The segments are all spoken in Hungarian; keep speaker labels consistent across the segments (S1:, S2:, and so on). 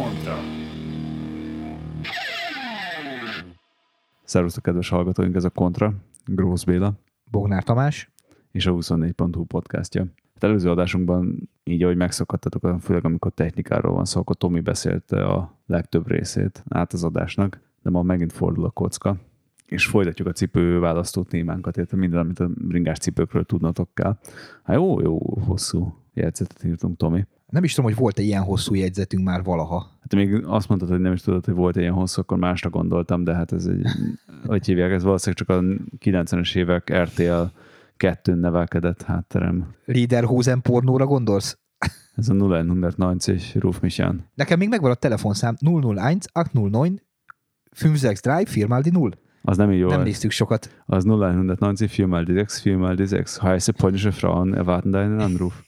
S1: Kontra.
S2: Szervusztok, kedves hallgatóink, ez a Kontra, Grósz Béla,
S3: Bognár Tamás
S2: és a 24.hu podcastja. Az előző adásunkban, így ahogy megszokhattatok, főleg amikor technikáról van szó, akkor Tomi beszélte a legtöbb részét át az adásnak, de ma megint fordul a kocka, és folytatjuk a cipő választó témánkat, illetve minden, amit a bringás cipőkről tudnotok kell. Hát jó, hosszú jegyzetet írtunk, Tomi.
S3: Nem is tudom, hogy volt-e ilyen hosszú jegyzetünk már valaha.
S2: Hát még azt mondtad, hogy nem is tudod, hogy volt ilyen hosszú, akkor másra gondoltam, de hát ez egy, hogy hívják, ez valószínűleg csak a 90-es évek RTL 2-n nevelkedett hátterem.
S3: Lederhosen pornóra gondolsz?
S2: Ez a 0190 Ruf mich an.
S3: Nekem még megvan a telefonszám 001 809 563 4x0.
S2: Az nem így jó.
S3: Nem néztük sokat.
S2: Az 0190 4x6 4x6. Heiße polnische Frauen erwarten deinen Anruf.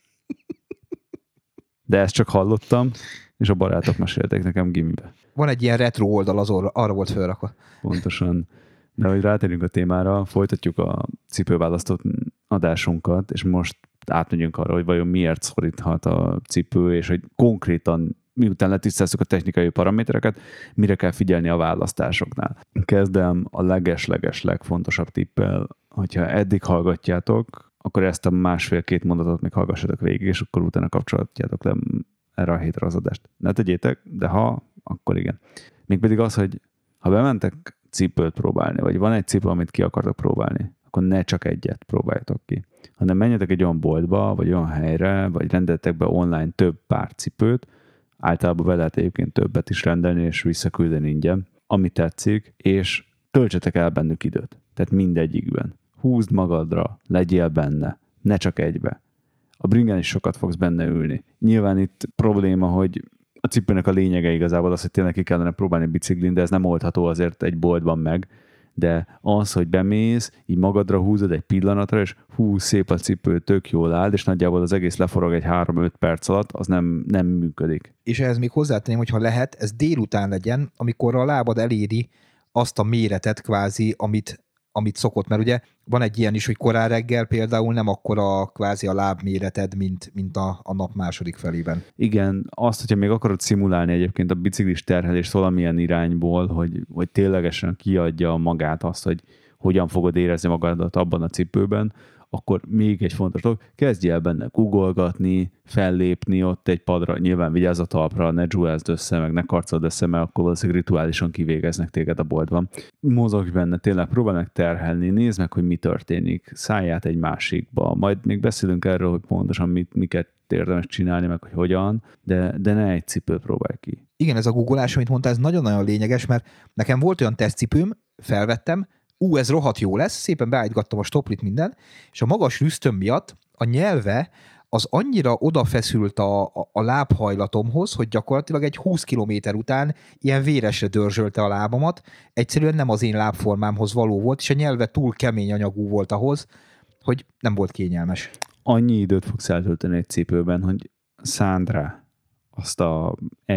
S2: De ezt csak hallottam, és a barátok mesélték nekem gimibe.
S3: Van egy ilyen retro oldal, az arra volt felrakva.
S2: Pontosan. De hogy rátérünk a témára, folytatjuk a cipőválasztott adásunkat, és most átmegyünk arra, hogy vajon miért szoríthat a cipő, és hogy konkrétan miután letisztáztuk a technikai paramétereket, mire kell figyelni a választásoknál. Kezdem a leges legfontosabb tippel, hogyha eddig hallgatjátok, akkor ezt a másfél-két mondatot még hallgassatok végig, és akkor utána kapcsolatjátok le erre a hétre az adást. Ne tegyétek, de ha, akkor igen. Mégpedig az, hogy ha bementek cipőt próbálni, vagy van egy cipő, amit ki akartok próbálni, akkor ne csak egyet próbáljatok ki, hanem menjetek egy olyan boltba, vagy olyan helyre, vagy rendeltek be online több pár cipőt, általában be lehet egyébként többet is rendelni, és visszaküldeni ingyen, ami tetszik, és töltsetek el bennük időt. Tehát mindegyikben. Húzd magadra, legyél benne, ne csak egybe. A bringán is sokat fogsz benne ülni. Nyilván itt probléma, hogy a cipőnek a lényege igazából az, hogy tényleg ki kellene próbálni biciklin, de ez nem oldható azért egy boltban meg. De az, hogy bemész, így magadra húzod egy pillanatra, és hú, szép a cipő, tök jól áll, és nagyjából az egész leforog egy 3-5 perc alatt, az nem működik.
S3: És ehhez még hozzátenném, hogy ha lehet, ez délután legyen, amikor a lábad eléri azt a méretet kvázi, amit szokott, mert ugye van egy ilyen is, hogy korán reggel például nem akkora kvázi a lábméreted, mint a nap második felében.
S2: Igen, azt, hogyha még akarod szimulálni egyébként a biciklis terhelést valamilyen irányból, hogy ténylegesen kiadja magát azt, hogy hogyan fogod érezni magadat abban a cipőben, akkor még egy fontos dolog, kezdj el benne googolgatni, fellépni ott egy padra, nyilván vigyázz a talpra, ne dzsúázd össze, meg ne karcold össze, mert akkor valószínűleg rituálisan kivégeznek téged a boltban. Mozogj benne, tényleg próbálj meg terhelni, nézd meg, hogy mi történik, szállj át egy másikba, majd még beszélünk erről, hogy pontosan miket érdemes csinálni, meg hogy hogyan, de ne egy cipőt próbálj ki.
S3: Igen, ez a googolás, amit mondtál, ez nagyon-nagyon lényeges, mert nekem volt olyan tesztcipőm, felvettem, ez rohadt jó lesz, szépen beállítgattam a stoplit minden, és a magas rüsztöm miatt a nyelve az annyira odafeszült a lábhajlatomhoz, hogy gyakorlatilag egy 20 kilométer után ilyen véresre dörzsölte a lábamat, egyszerűen nem az én lábformámhoz való volt, és a nyelve túl kemény anyagú volt ahhoz, hogy nem volt kényelmes.
S2: Annyi időt fogsz eltölteni egy cipőben, hogy szánd rá azt a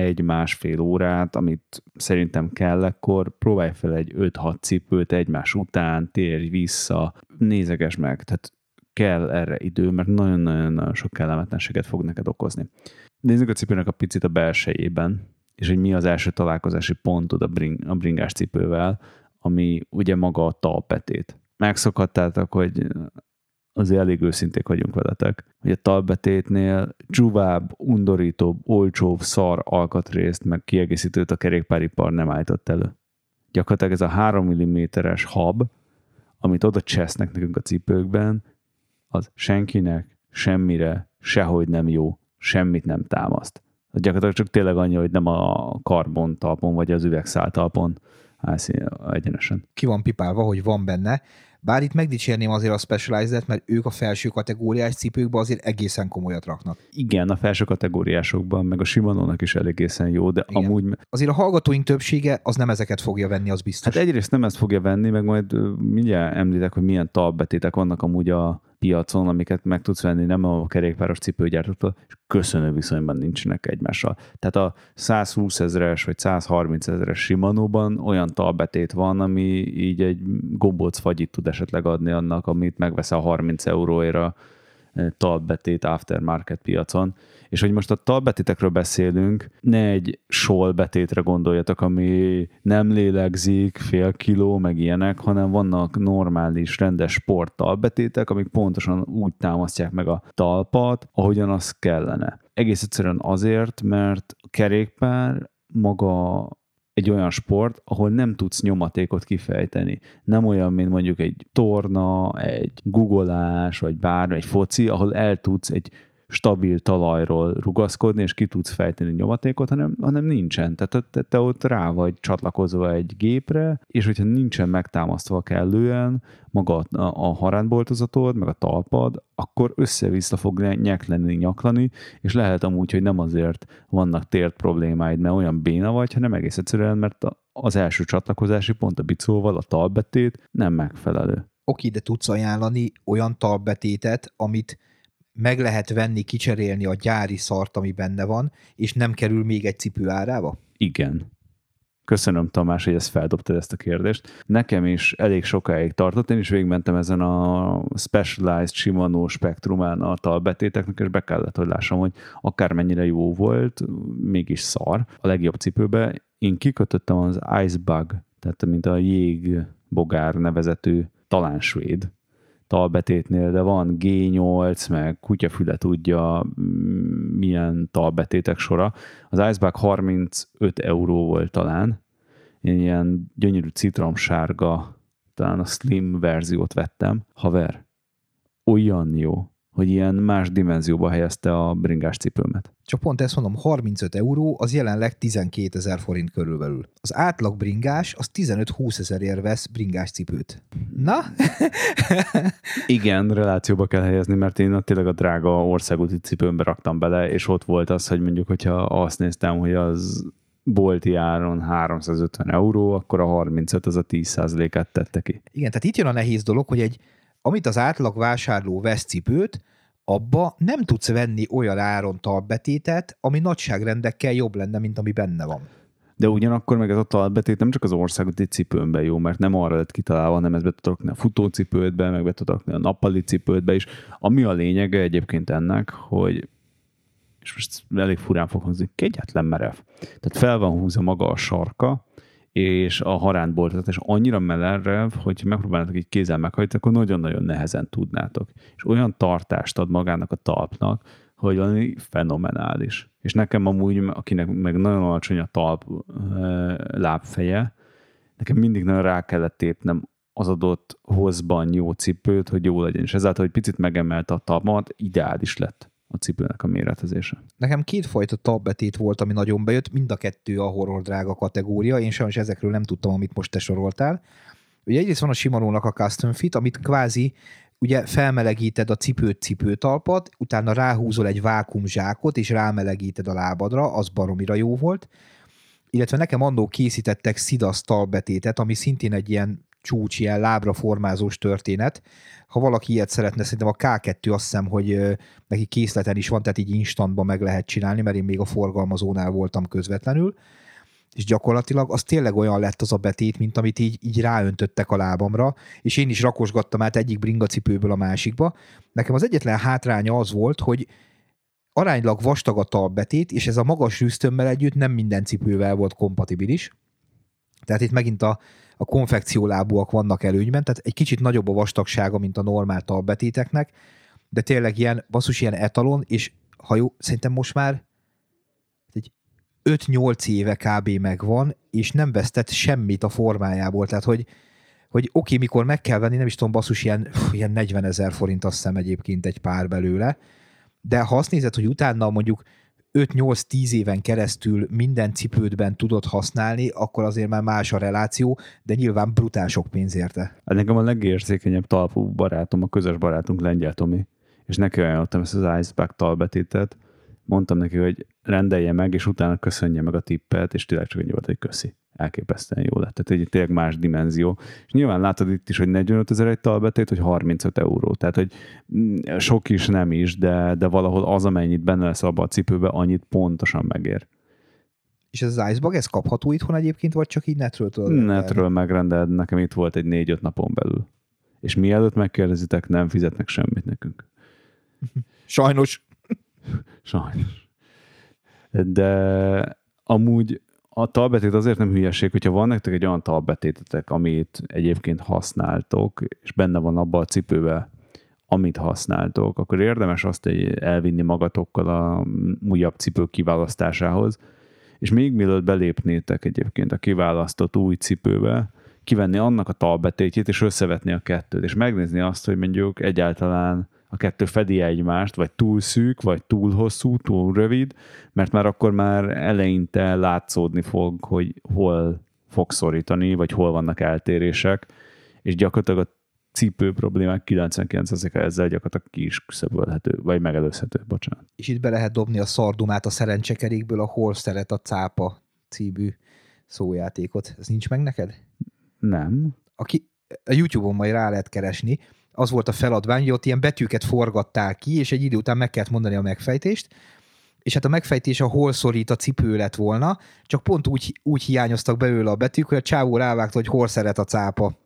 S2: 1-1,5 órát, amit szerintem kell, akkor próbálj fel egy 5-6 cipőt egymás után, térj vissza, nézeges meg, tehát kell erre idő, mert nagyon-nagyon sok kellemetlenséget fog neked okozni. Nézzük a cipőnek a picit a belsejében, és hogy mi az első találkozási pontod a bringás cipővel, ami ugye maga a talpbetét. Megszokhattátok, hogy azért elég őszinték vagyunk veletek, hogy a talpbetétnél dzsuvább, undorítóbb, olcsóbb, szar alkatrészt, meg kiegészítőt a kerékpáripar nem állított elő. Gyakorlatilag ez a 3 mm-es hab, amit oda csesznek nekünk a cipőkben, az senkinek, semmire, sehogy nem jó, semmit nem támaszt. Gyakorlatilag csak tényleg annyi, hogy nem a karbon talpon, vagy az üvegszál talpon állsz egyenesen.
S3: Ki van pipálva, hogy van benne. Bár itt megdicsérném azért a Specialized-et, mert ők a felső kategóriás cipőkben azért egészen komolyat raknak.
S2: Igen, a felső kategóriásokban, meg a Shimano-nak is egészen jó, de igen. Amúgy...
S3: Azért a hallgatóink többsége az nem ezeket fogja venni, az biztos.
S2: Hát egyrészt nem ezt fogja venni, meg majd mindjárt említek, hogy milyen talpbetétek vannak amúgy a piacon, amiket meg tudsz venni nem a kerékpáros cipőgyártóktól, és köszönő viszonyban nincsenek egymással. Tehát a 120 000-es vagy 130 000-es Shimano-ban olyan talpbetét van, ami így egy gombóc fagyit tud esetleg adni annak, amit megvesz a 30 euróért talpbetét aftermarket piacon. És hogy most a talpbetétekről beszélünk, ne egy sol betétre gondoljatok, ami nem lélegzik, fél kiló, meg ilyenek, hanem vannak normális, rendes sport talpbetétek, amik pontosan úgy támasztják meg a talpat, ahogyan az kellene. Egész egyszerűen azért, mert a kerékpár maga egy olyan sport, ahol nem tudsz nyomatékot kifejteni. Nem olyan, mint mondjuk egy torna, egy guggolás, vagy bármi, egy foci, ahol el tudsz egy stabil talajról rugaszkodni, és ki tudsz fejteni nyomatékot, hanem nincsen. Tehát te ott rá vagy csatlakozva egy gépre, és hogyha nincsen megtámasztva kellően maga a harádboltozatod, meg a talpad, akkor össze-vissza fog nyaklani, és lehet amúgy, hogy nem azért vannak tért problémáid, mert olyan béna vagy, hanem egész egyszerűen, mert az első csatlakozási pont a bicóval, a talpbetét nem megfelelő.
S3: Oké, de tudsz ajánlani olyan talpbetétet, amit meg lehet venni, kicserélni a gyári szart, ami benne van, és nem kerül még egy cipő árába?
S2: Igen. Köszönöm, Tamás, hogy ezt feldobtad ezt a kérdést. Nekem is elég sokáig tartott, én is végigmentem ezen a Specialized Shimano spektrumán a talpbetéteknek, és be kellett, hogy lássam, hogy akármennyire jó volt, mégis szar. A legjobb cipőbe én kikötöttem az Icebug, tehát mint a jégbogár nevezetű, talán svéd talbetétnél, de van G8, meg kutyafüle tudja, milyen talbetétek sora. Az Icebug 35 euró volt talán. Én ilyen gyönyörű citromsárga, talán a slim verziót vettem. Haver, olyan jó, hogy ilyen más dimenzióba helyezte a bringás cipőmet.
S3: Csak pont ezt mondom, 35 euró, az jelenleg 12 000 forint körülbelül. Az átlag bringás, az 15-20 ezerért vesz bringás cipőt. Na?
S2: Igen, relációba kell helyezni, mert én tényleg a drága országúti cipőmbe raktam bele, és ott volt az, hogy mondjuk, hogyha azt néztem, hogy az bolti áron 350 euró, akkor a 35 az a 10%-át tette ki.
S3: Igen, tehát itt jön a nehéz dolog, hogy amit az átlag vásárló vesz cipőt, abba nem tudsz venni olyan áron talpbetétet, ami nagyságrendekkel jobb lenne, mint ami benne van.
S2: De ugyanakkor meg ez a talpbetét nem csak az országúti cipőmben jó, mert nem arra lett kitalálva, hanem ezt be tudok rakni a futócipődbe, meg be tudok rakni a nappali cipődbe is. Ami a lényege egyébként ennek, hogy, és most elég furán fog hangzni, kegyetlen merev. Tehát fel van húzva maga a sarka, és a harántboltot, és annyira merev, hogy megpróbálnátok így kézzel meghajtani, akkor nagyon-nagyon nehezen tudnátok. És olyan tartást ad magának a talpnak, hogy valami fenomenális. És nekem amúgy, akinek meg nagyon alacsony a talp lábfeje, nekem mindig nagyon rá kellett tépnem az adott hozban jó cipőt, hogy jó legyen. És ezáltal, hogy picit megemelte a talpamat, ideális lett a cipőnek a méretezése.
S3: Nekem kétfajta talpbetét volt, ami nagyon bejött, mind a kettő a horror drága kategória, én sajnos ezekről nem tudtam, amit most te soroltál. Ugye egyrészt van a Shimano-nak a Custom Fit, amit kvázi ugye felmelegíted a cipőtalpat, utána ráhúzol egy vákuumzsákot, és rámelegíted a lábadra, az baromira jó volt. Illetve nekem annó készítettek Sidas talpbetétet, ami szintén egy ilyen csúcs, ilyen lábra formázós történet. Ha valaki ilyet szeretne, szerintem a K2 azt hiszem, hogy neki készleten is van, tehát így instantban meg lehet csinálni, mert én még a forgalmazónál voltam közvetlenül, és gyakorlatilag az tényleg olyan lett az a betét, mint amit így ráöntöttek a lábamra, és én is rakosgattam át egyik bringacipőből a másikba. Nekem az egyetlen hátránya az volt, hogy aránylag vastag a talpbetét, és ez a magas rüsztömmel együtt nem minden cipővel volt kompatibilis. Tehát itt megint a konfekciólábúak vannak előnyben, tehát egy kicsit nagyobb a vastagsága, mint a normál talpbetéteknek, de tényleg ilyen etalon, és ha jó, szerintem most már egy 5-8 éve kb. Megvan, és nem vesztett semmit a formájából, tehát hogy oké, mikor meg kell venni, nem is tudom, ilyen 40 000 forint, azt hiszem egyébként egy pár belőle, de ha azt nézed, hogy utána mondjuk 5-8-10 éven keresztül minden cipődben tudod használni, akkor azért már más a reláció, de nyilván brutál sok pénz érte.
S2: Hát nekem a legérzékenyebb talpú barátom, a közös barátunk Lengyel Tomi, és neki ajánlottam ezt az Icebug talbetétet, mondtam neki, hogy rendelje meg, és utána köszönje meg a tippet, és tényleg csak egy volt, hogy köszi. Elképesztően jó lett. Tehát egy tényleg más dimenzió. És nyilván látod itt is, hogy 45 000 egy talbetét, hogy 35 euró. Tehát, hogy sok is nem is, de valahol az, amennyit benne lesz abban a cipőben, annyit pontosan megér.
S3: És ez az Icebug, ez kapható itthon egyébként, vagy csak így netről tudod?
S2: Netről megrendeled, nekem itt volt egy 4-5 napon belül. És mielőtt megkérdezitek, nem fizetnek semmit nekünk.
S3: Sajnos.
S2: Sajnos. De amúgy a talbetét azért nem hülyeség, hogyha van nektek egy olyan talbetétetek, amit egyébként használtok, és benne van abban a cipőben, amit használtok, akkor érdemes azt elvinni magatokkal a újabb cipő kiválasztásához, és még mielőtt belépnétek egyébként a kiválasztott új cipőbe, kivenni annak a talbetétjét, és összevetni a kettőt, és megnézni azt, hogy mondjuk egyáltalán a kettő fedi egymást, vagy túl szűk, vagy túl hosszú, túl rövid, mert már akkor már eleinte látszódni fog, hogy hol fog szorítani, vagy hol vannak eltérések, és gyakorlatilag a cipő problémák 99%-a ezzel gyakorlatilag ki is küszöbölhető, vagy megelőzhető, bocsánat.
S3: És itt be lehet dobni a szardumát a szerencsekerékből, a Hol szeret a cápa című szójátékot. Ez nincs meg neked?
S2: Nem.
S3: A YouTube-on majd rá lehet keresni. Az volt a feladvány, hogy ott ilyen betűket forgattál ki, és egy idő után meg kellett mondani a megfejtést, és hát a megfejtés a hol szorít a cipő lett volna, csak pont úgy hiányoztak belőle a betűk, hogy a csávó rávágta, hogy hol szeret a cápa.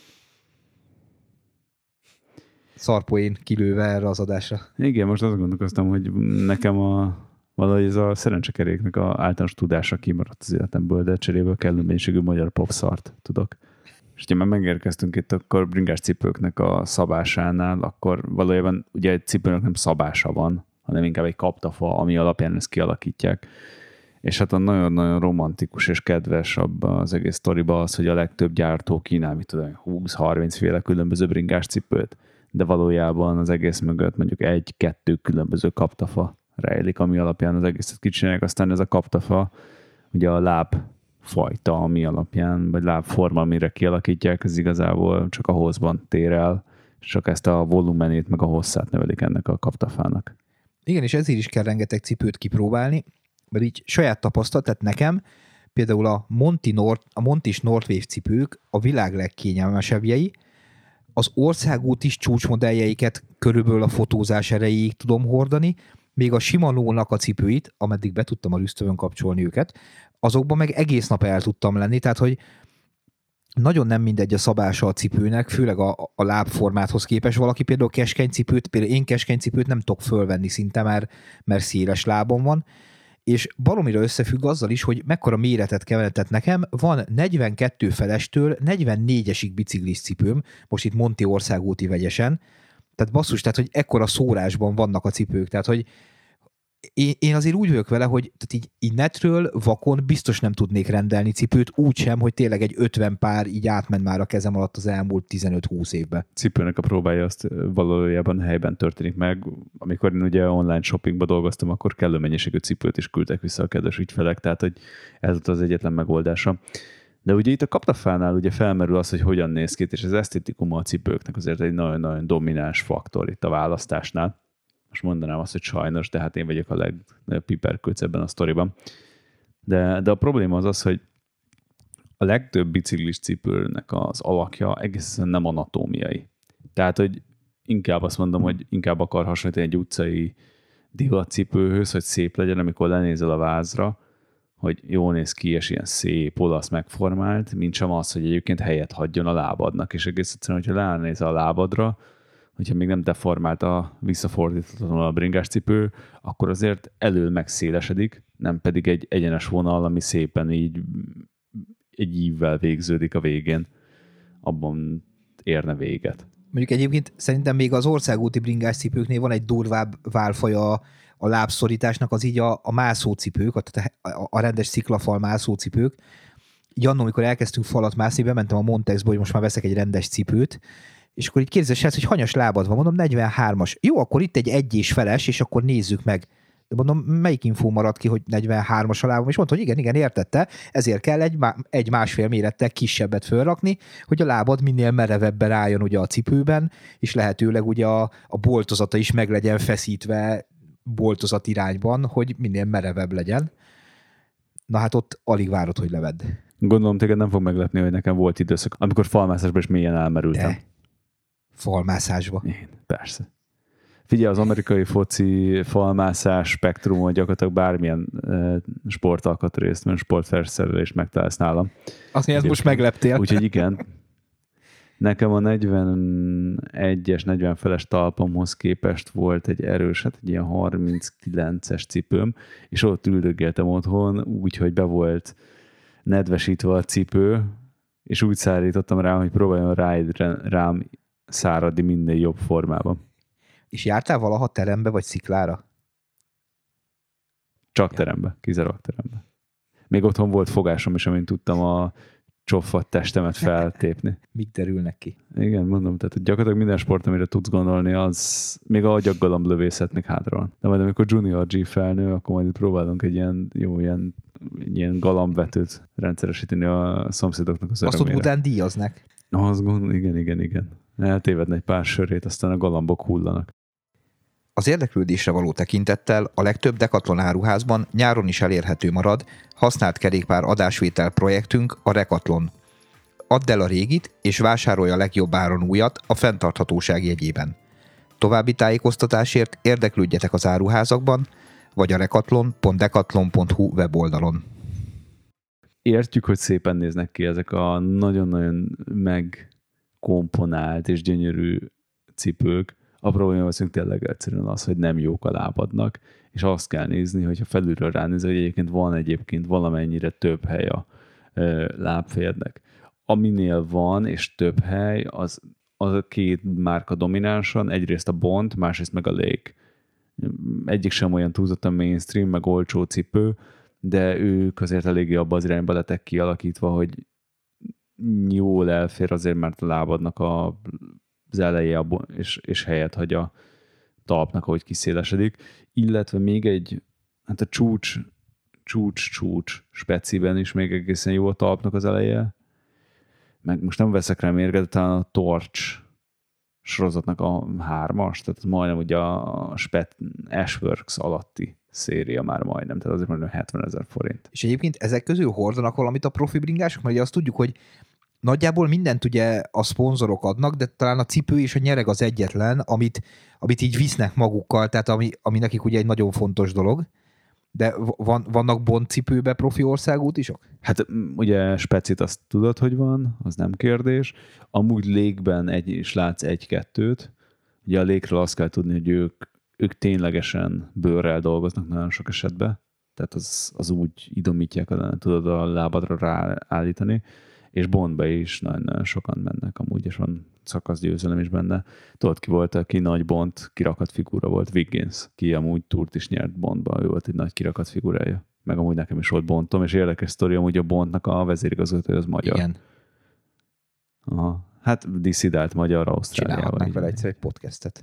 S3: Szarpoén kilőve erre az adásra.
S2: Igen, most azt gondolkoztam, hogy nekem valahogy ez a szerencsekeréknek a általános tudása kimaradt az életemből, de cseréből kellő mennyiségű magyar popszart tudok. És ha már megérkeztünk itt akkor bringás cipőknek a szabásánál, akkor valójában ugye egy cipőnek nem szabása van, hanem inkább egy kaptafa, ami alapján ezt kialakítják. És hát a nagyon-nagyon romantikus és kedves abban az egész sztoriban az, hogy a legtöbb gyártó kínál, mit tudom, 20-30 féle különböző bringás cipőt, de valójában az egész mögött mondjuk 1-2 különböző kaptafa rejlik, ami alapján az egészet kicsinálják. Aztán ez a kaptafa, ugye a lábfajta, ami alapján, vagy lábforma, amire kialakítják, ez igazából csak a hozban tér el, és csak ezt a volumenét, meg a hosszát növelik ennek a kaptafának.
S3: Igen, és ezért is kell rengeteg cipőt kipróbálni, mert így saját tapasztalat, tehát nekem például a Montis Northwave cipők a világ legkényelmesebbjei, az országútis csúcsmodelljeiket körülbelül a fotózás erejéig tudom hordani, még a Shimano-nak a cipőit, ameddig be tudtam a rüsztövön kapcsolni őket, azokban meg egész nap el tudtam lenni, tehát hogy nagyon nem mindegy a szabása a cipőnek, főleg a lábformáthoz képest. Valaki például keskeny cipőt, például én keskeny cipőt nem tudok fölvenni szinte, mert széles lábom van, és baromira összefügg azzal is, hogy mekkora méretet keveredett nekem. Van 42 felestől 44-esig biciklis cipőm, most itt Monti országúti vegyesen, tehát basszus, tehát hogy ekkora szórásban vannak a cipők, tehát hogy én azért úgy vagyok vele, hogy tehát így netről, vakon biztos nem tudnék rendelni cipőt, úgysem, hogy tényleg egy 50 pár így átment már a kezem alatt az elmúlt 15-20 évben.
S2: Cipőnek a próbája azt valójában helyben történik meg. Amikor én ugye online shoppingba dolgoztam, akkor kellő mennyiségű cipőt is küldtek vissza a kedves ügyfelek, tehát hogy ez volt az egyetlen megoldása. De ugye itt a kaptafánál ugye felmerül az, hogy hogyan néz ki, és az esztétikuma a cipőknek azért egy nagyon-nagyon domináns faktor itt a választásnál. Most mondanám azt, hogy sajnos, de hát én vagyok a legnagyobb piperkőc ebben a sztoriban. De a probléma az, hogy a legtöbb biciklis cipőnek az alakja egészen nem anatómiai. Tehát, hogy inkább azt mondom, hogy inkább akar hasonlítani egy utcai divatcipőhöz, hogy szép legyen, amikor lenézel a vázra, hogy jól néz ki, és ilyen szép, olasz megformált, mint sem az, hogy egyébként helyet hagyjon a lábadnak. És egész egyszerűen, hogyha lenézel a lábadra, hogyha még nem deformált a visszafordíthatatlanul a bringás cipő, akkor azért elől megszélesedik, nem pedig egy egyenes vonal, ami szépen így egy ívvel végződik a végén. Abban érne véget.
S3: Mondjuk egyébként szerintem még az országúti bringás cipőknél van egy durvább válfaja a lábszorításnak, az így a mászócipők, tehát a rendes sziklafal mászócipők. Így annól, amikor elkezdtünk falat mászni, bementem a Montexba, hogy most már veszek egy rendes cipőt, és akkor így kérdezett, hogy hanyas lábad van, mondom 43-as. Jó, akkor itt egy 1 feles, és akkor nézzük meg. De mondom, melyik infó maradt ki, hogy 43-as a lábam, és mondta, hogy igen, értette, ezért kell egy másfél mérettel kisebbet fölrakni, hogy a lábad minél merevebben álljon ugye a cipőben, és lehetőleg ugye a boltozata is meg legyen feszítve boltozat irányban, hogy minél merevebb legyen. Na hát ott alig várod, hogy levedd.
S2: Gondolom, téged nem fog meglepni, hogy nekem volt időszak, amikor falmászásban is mélyen elmerültem.
S3: De falmászásba.
S2: Én, persze. Figyelj, az amerikai foci falmászás spektrumon gyakorlatilag bármilyen sportalkatrészt, sportfelszerelést megtalálsz nálam.
S3: Azt mondja, most megleptél.
S2: Úgyhogy igen. Nekem a 41-es, 40 feles talpamhoz képest volt egy erős, hát egy ilyen 39-es cipőm, és ott üldögéltem otthon, úgyhogy be volt nedvesítve a cipő, és úgy szárítottam rá, hogy próbáljon rám száradni minden jobb formában.
S3: És jártál valaha terembe vagy sziklára?
S2: Csak terembe, kizárólag terembe. Még otthon volt fogásom is, amint tudtam a csoffadt testemet feltépni.
S3: Mik derülnek ki?
S2: Igen, mondom, tehát gyakorlatilag minden sport, amire tudsz gondolni, az még a agyaggalamblövészet még hátra van. De majd amikor Junior G felnő, akkor majd próbálunk egy ilyen galambvetőt rendszeresíteni a szomszédoknak az örömére.
S3: Azt ott után díjaznak.
S2: Azt gondolom, igen. Eltévedne egy pár sörét, aztán a galambok hullanak.
S3: Az érdeklődésre való tekintettel a legtöbb Decathlon áruházban nyáron is elérhető marad használt kerékpár adásvétel projektünk, a Recathlon. Add el a régit, és vásárolj a legjobb áron újat a fenntarthatóság jegyében. További tájékoztatásért érdeklődjetek az áruházakban, vagy a recathlon.decathlon.hu weboldalon.
S2: Értjük, hogy szépen néznek ki ezek a nagyon-nagyon megkomponált és gyönyörű cipők. A probléma veszünk tényleg egyszerűen az, hogy nem jók a lábadnak, és azt kell nézni, hogyha felülről ránézel, hogy egyébként valamennyire több hely a lábfejednek. Aminél van, és több hely, az a két márka dominánsan, egyrészt a Bond, másrészt meg a Lake. Egyik sem olyan túlzottan mainstream, meg olcsó cipő, de ők azért eléggé abba az irányba lettek kialakítva, hogy jól elfér azért, mert a lábadnak az eleje és helyet hagy a talpnak, ahogy kiszélesedik. Illetve még egy, hát a csúcs speciben is még egészen jó a talpnak az eleje. Meg most nem veszek rá mérget, de talán a Torch sorozatnak a 3-as, tehát majdnem ugye a Ashworks alatti széria már majdnem, tehát azért majdnem 70 000 forint.
S3: És egyébként ezek közül hordanak valamit a profi bringások, mert ugye azt tudjuk, hogy nagyjából mindent ugye a szponzorok adnak, de talán a cipő és a nyereg az egyetlen, amit így visznek magukkal, tehát ami nekik ugye egy nagyon fontos dolog. De vannak Bond cipőbe profi országútisok?
S2: Hát ugye specit azt tudod, hogy van, az nem kérdés. Amúgy légben is látsz 1-2-t. Ugye a légről azt kell tudni, hogy ők ténylegesen bőrrel dolgoznak nagyon sok esetben. Tehát az úgy idomítják, tudod a lábadra ráállítani. És Bondba is nagyon sokan mennek amúgy, és van szakaszgyőzelem is benne. Tudod, ki volt, aki nagy Bond kirakat figura volt? Wiggins, ki amúgy túrt is nyert Bondba, ő volt egy nagy kirakat figurája. Meg amúgy nekem is volt Bondom, és érdekes sztori, amúgy a Bondnak a vezérigazgatója az magyar.
S3: Igen.
S2: Aha. Hát disszidált magyar Ausztráliával.
S3: Csinálhatnánk vele egyszer egy podcastet.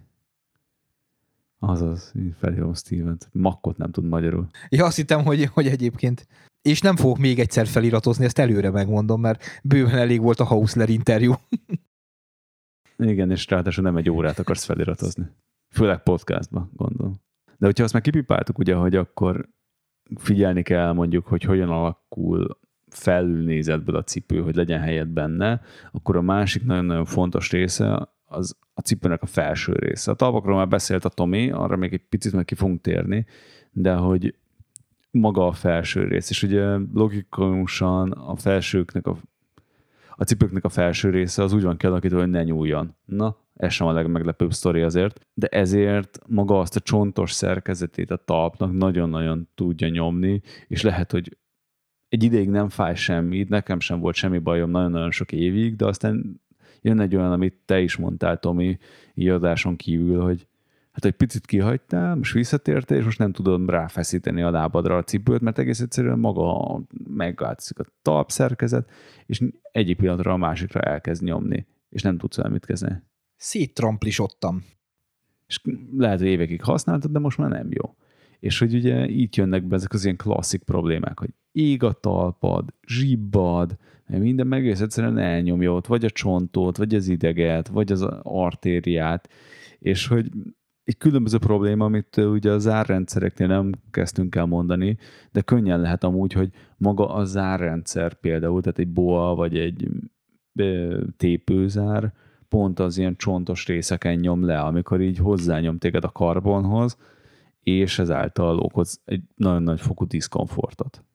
S2: Azaz, felhívom Stevent. Makkot nem tud magyarul.
S3: Ja, azt hittem, hogy egyébként. És nem fogok még egyszer feliratozni, ezt előre megmondom, mert bőven elég volt a Hausler interjú.
S2: Igen, és ráadásul nem egy órát akarsz feliratozni. Főleg podcastban, gondolom. De hogyha azt már kipipáltuk, ugye, hogy akkor figyelni kell mondjuk, hogy hogyan alakul felülnézetből a cipő, hogy legyen helyed benne, akkor a másik nagyon-nagyon fontos része az a cipőnek a felső része. A talpakról már beszélt a Tomi, arra még egy picit meg ki fogunk térni, de hogy maga a felső rész, és ugye logikusan a felsőknek a cipőknek a felső része az úgy van kialakítva, hogy ne nyúljon. Na, ez sem a legmeglepőbb sztori azért, de ezért maga azt a csontos szerkezetét a talpnak nagyon-nagyon tudja nyomni, és lehet, hogy egy ideig nem fáj semmi, nekem sem volt semmi bajom nagyon-nagyon sok évig, de aztán jön egy olyan, amit te is mondtál, Tomi, így adáson kívül, hogy hát egy picit kihagytál, most visszatértél, és most nem tudod ráfeszíteni a lábadra a cipőt, mert egész egyszerűen maga megváltozik a talpszerkezet, és egyik pillanatra a másikra elkezd nyomni, és nem tudsz vele mit kezdeni.
S3: Széttramplisodtam.
S2: És lehet, hogy évekig használtad, de most már nem jó. És hogy ugye így jönnek be ezek az ilyen klasszik problémák, hogy ég a talpad, zsibbad, minden meg egész egyszerűen elnyomja ott, vagy a csontot, vagy az ideget, vagy az artériát, és hogy egy különböző probléma, amit ugye a zárrendszereknél nem kezdtünk el mondani, de könnyen lehet amúgy, hogy maga a zárrendszer például, tehát egy boa vagy egy tépőzár pont az ilyen csontos részeken nyom le, amikor így hozzányom téged a karbonhoz, és ezáltal okoz egy nagyon nagy fokú diszkomfortot.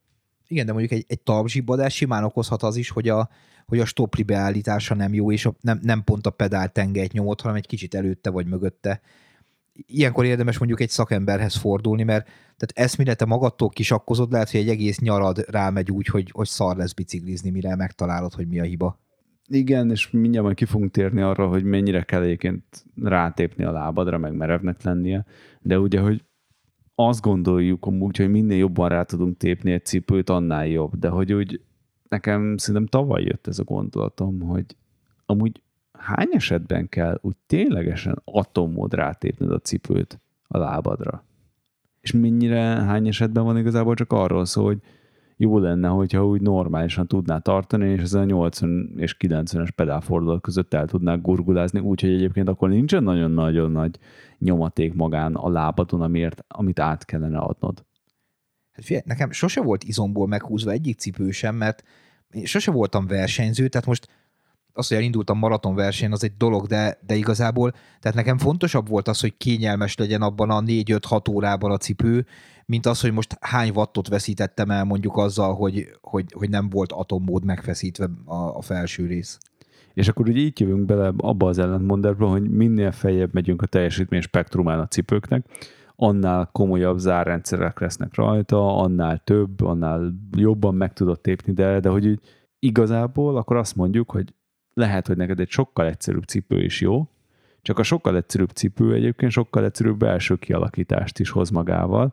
S3: Igen, de mondjuk egy talpzsibbadás simán okozhat az is, hogy a stopli beállítása nem jó, és nem pont a pedál tengelyt nyomod, hanem egy kicsit előtte vagy mögötte. Ilyenkor érdemes mondjuk egy szakemberhez fordulni, mert tehát eszmire te magadtól kisakkozod, lehet, hogy egy egész nyarad rámegy úgy, hogy szar lesz biciklizni, mire megtalálod, hogy mi a hiba.
S2: Igen, és mindjárt majd ki fogunk térni arra, hogy mennyire kell egyébként rátépni a lábadra, meg merevnek lennie, de ugye, hogy azt gondoljuk amúgy, hogy minél jobban rá tudunk tépni egy cipőt, annál jobb, de hogy úgy nekem szerintem tavaly jött ez a gondolatom, hogy amúgy hány esetben kell úgy ténylegesen atommód rátépned a cipőt a lábadra? És hány esetben van igazából csak arról szó, hogy jó lenne, hogyha úgy normálisan tudná tartani, és ezen a 80 és 90-es pedálfordulat között el tudnák gurgulázni, úgyhogy egyébként akkor nincsen nagyon-nagyon nagy nyomaték magán a lábadon, amit át kellene adnod.
S3: Hát figyelj, nekem sose volt izomból meghúzva egyik cipő sem, mert én sose voltam versenyző, tehát most az, hogy elindultam maratonversenyen, az egy dolog, de igazából, tehát nekem fontosabb volt az, hogy kényelmes legyen abban a 4-5-6 órában a cipő, mint az, hogy most hány wattot veszítettem el mondjuk azzal, hogy nem volt atommód megfeszítve a felső rész.
S2: És akkor ugye így jövünk bele abba az ellentmondásba, hogy minél feljebb megyünk a teljesítmény spektrumán a cipőknek, annál komolyabb zárrendszerek lesznek rajta, annál több, annál jobban meg tudod tépni, de hogy így igazából akkor azt mondjuk, hogy lehet, hogy neked egy sokkal egyszerűbb cipő is jó, csak a sokkal egyszerűbb cipő egyébként sokkal egyszerűbb belső kialakítást is hoz magával,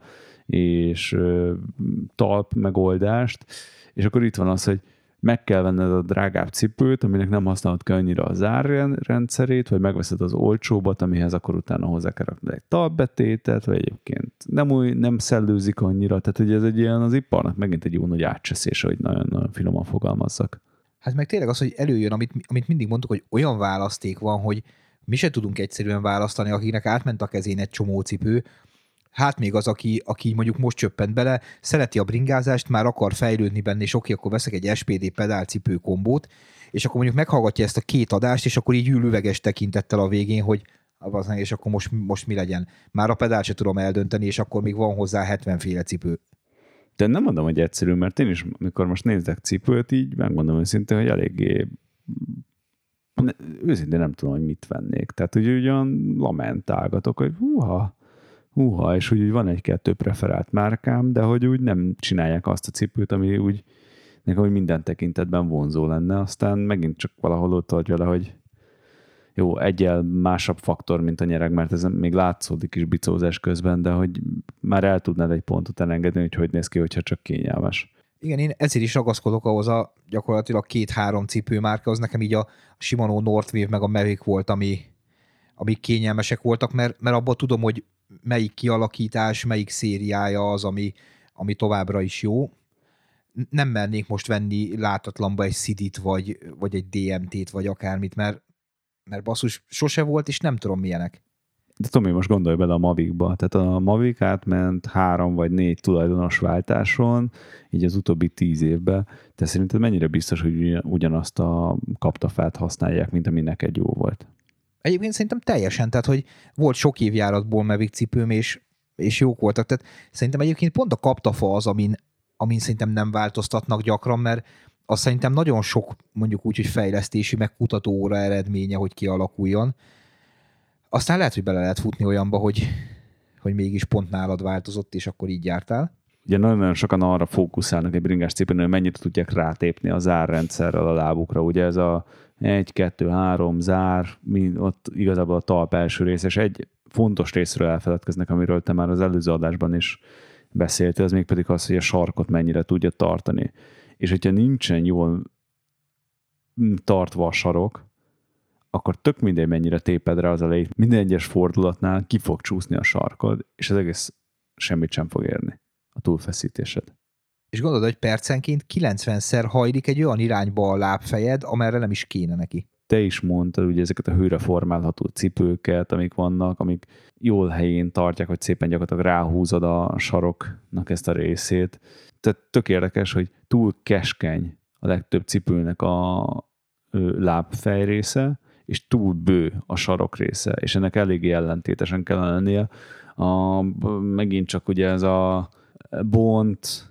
S2: és talp megoldást, és akkor itt van az, hogy meg kell venned a drágább cipőt, aminek nem használod ki annyira a zárrendszerét, vagy megveszed az olcsóbbat, amihez akkor utána hozzá kell rakni egy talpbetétet, vagy egyébként nem szellőzik annyira, tehát ugye ez egy ilyen az iparnak megint egy jó nagy átcseszés, hogy nagyon-nagyon finoman fogalmazzak.
S3: Hát meg tényleg az, hogy előjön, amit mindig mondtuk, hogy olyan választék van, hogy mi se tudunk egyszerűen választani, akiknek átment a kezén egy csomó cipő, hát még az, aki mondjuk most csöppent bele, szereti a bringázást, már akar fejlődni benne, és oké, akkor veszek egy SPD pedálcipő kombót, és akkor mondjuk meghallgatja ezt a két adást, és akkor így ül üveges tekintettel a végén, hogy és akkor most mi legyen. Már a pedál se tudom eldönteni, és akkor még van hozzá 70 féle cipő.
S2: De nem mondom, hogy egyszerű, mert én is, amikor most nézek cipőt, így megmondom őszintén, hogy eléggé őszintén nem tudom, hogy mit vennék. Tehát úgy ugyan lamentálgatok, hogy húha, és úgy van egy-kettő preferált márkám, de hogy úgy nem csinálják azt a cipőt, ami úgy nekem úgy minden tekintetben vonzó lenne. Aztán megint csak valahol ott vagy vele, hogy jó, egyel másabb faktor, mint a nyereg, mert ez még látszódik is bicózás közben, de hogy már el tudnád egy pontot elengedni, hogy néz ki, hogyha csak kényelmes.
S3: Igen, én ezért is ragaszkodok ahhoz a gyakorlatilag 2-3 cipőmárka, az nekem így a Shimano Northwave meg a Mavic volt, amik kényelmesek voltak, mert abban tudom, hogy melyik kialakítás, melyik szériája az, ami továbbra is jó. Nem mernék most venni látatlanba egy Sidit, vagy egy DMT-t, vagy akármit, mert basszus sose volt, és nem tudom milyenek.
S2: De Tomi, most gondolj bele a Mavicba. Tehát a Mavic átment 3 vagy 4 tulajdonos váltáson, így az utóbbi 10 évben. Te szerinted mennyire biztos, hogy ugyanazt a kaptafát használják, mint ami neked jó volt?
S3: Egyébként szerintem teljesen, tehát hogy volt sok évjáratból Mavic cipőm, és jók voltak. Tehát szerintem egyébként pont a kaptafa az, amin szerintem nem változtatnak gyakran, mert az szerintem nagyon sok, mondjuk úgy, hogy fejlesztési, meg kutatóóra eredménye, hogy kialakuljon. Aztán lehet, hogy bele lehet futni olyanba, hogy mégis pont nálad változott, és akkor így jártál.
S2: Ugye nagyon-nagyon sokan arra fókuszálnak egy bringás cipőn, hogy mennyit tudják rátépni a zárrendszerrel a lábukra. Ugye ez a 1, 2, 3 zár, ott igazából a talp első rész, és egy fontos részről elfeledkeznek, amiről te már az előző adásban is beszéltél, az mégpedig az, hogy a sarkot mennyire tudja tartani. És hogyha nincsen jól tartva a sarok, akkor tök mindegy, mennyire téped rá az elejét. Minden egyes fordulatnál ki fog csúszni a sarkod, és az egész semmit sem fog érni a túlfeszítésed.
S3: És gondolod, hogy percenként 90-szer hajlik egy olyan irányba a lábfejed, amerre nem is kéne neki.
S2: Te is mondtad ugye ezeket a hőre formálható cipőket, amik vannak, amik jól helyén tartják, hogy szépen gyakorlatilag ráhúzod a saroknak ezt a részét. Tehát tök érdekes, hogy túl keskeny a legtöbb cipőnek a lábfej része, és túl bő a sarok része, és ennek eléggé ellentétesen kellene lennie. Megint csak ugye ez a bont,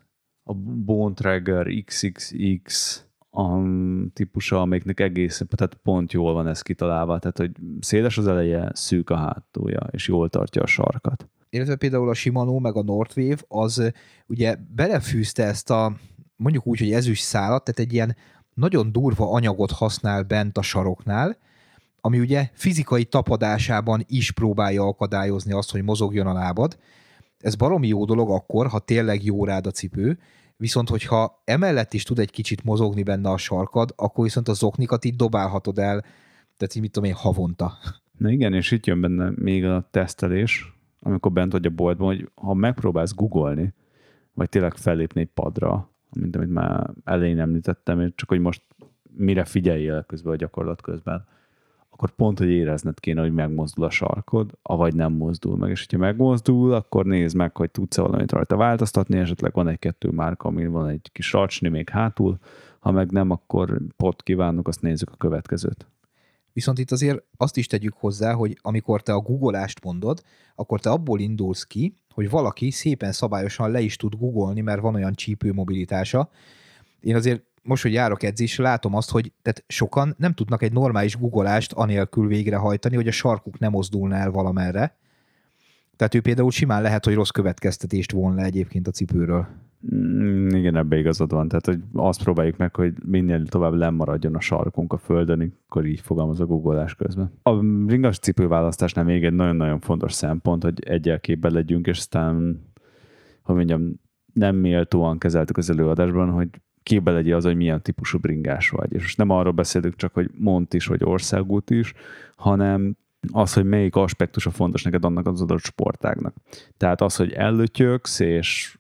S2: a Bontrager XXX a típusa, amelyiknek egészen, tehát pont jól van ez kitalálva, tehát hogy széles az eleje, szűk a hátulja, és jól tartja a sarkat.
S3: Illetve például a Shimano meg a Northwave, az ugye belefűzte ezt a, mondjuk úgy, hogy ezüst szálat, tehát egy ilyen nagyon durva anyagot használ bent a saroknál, ami ugye fizikai tapadásában is próbálja akadályozni azt, hogy mozogjon a lábad. Ez baromi jó dolog akkor, ha tényleg jó rád a cipő, viszont hogyha emellett is tud egy kicsit mozogni benne a sarkad, akkor viszont a zoknikat így dobálhatod el, tehát így mit tudom én, havonta.
S2: Na igen, és itt jön benne még a tesztelés, amikor bent vagy a boltban, hogy ha megpróbálsz googolni, vagy tényleg fellépni egy padra, mint amit már elején említettem, csak hogy most mire figyeljél közben a gyakorlat közben, akkor pont, hogy érezned kéne, hogy megmozdul a sarkod, avagy nem mozdul meg. És hogyha megmozdul, akkor nézd meg, hogy tudsz-e valamit rajta változtatni, esetleg van egy-kettő márka, amin van egy kis racsni még hátul, ha meg nem, akkor pot kívánok, azt nézzük a következőt.
S3: Viszont itt azért azt is tegyük hozzá, hogy amikor te a googolást mondod, akkor te abból indulsz ki, hogy valaki szépen szabályosan le is tud googolni, mert van olyan csípő mobilitása. Én azért most, hogy járok edzésre, látom azt, hogy tehát sokan nem tudnak egy normális googolást anélkül végrehajtani, hogy a sarkuk nem mozdulna el valamerre. Tehát ő például simán lehet, hogy rossz következtetést von le egyébként a cipőről.
S2: Igen, ebbe igazad van. Tehát, hogy azt próbáljuk meg, hogy minél tovább lemaradjon a sarkunk a földön, akkor így fogalmaz a googolás közben. A ringas cipőválasztásnál még egy nagyon-nagyon fontos szempont, hogy egyel képben legyünk, és aztán, hogy mondjam, nem méltóan kezeltük az előadásban, hogy képbe legyen az, hogy milyen típusú bringás vagy. És most nem arról beszélünk csak, hogy mont is, vagy országút is, hanem az, hogy melyik aspektusa fontos neked annak az adott sportágnak. Tehát az, hogy ellötyögsz, és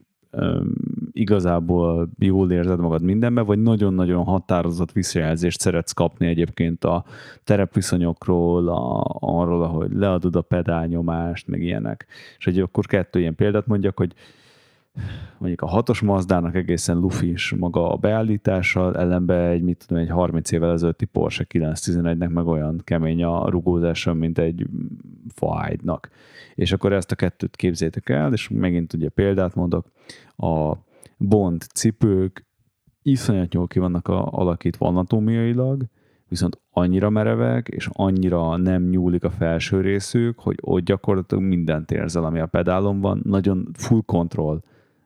S2: igazából jól érzed magad mindenben, vagy nagyon-nagyon határozott visszajelzést szeretsz kapni egyébként a terepviszonyokról, arról, ahogy leadod a pedálnyomást, meg ilyenek. És hogy akkor kettő ilyen példát mondjak, hogy mondjuk a 6-os Mazdának egészen lufis maga a beállítással, ellenben egy 30 évvel ezelőtti Porsche 911-nek meg olyan kemény a rugózása, mint egy Faide-nak. És akkor ezt a kettőt képzétek el, és megint ugye példát mondok, a Bond cipők iszonyat jól ki vannak alakítva anatómiailag, viszont annyira merevek, és annyira nem nyúlik a felső részük, hogy ott gyakorlatilag mindent érzel, ami a pedálon van, nagyon full control,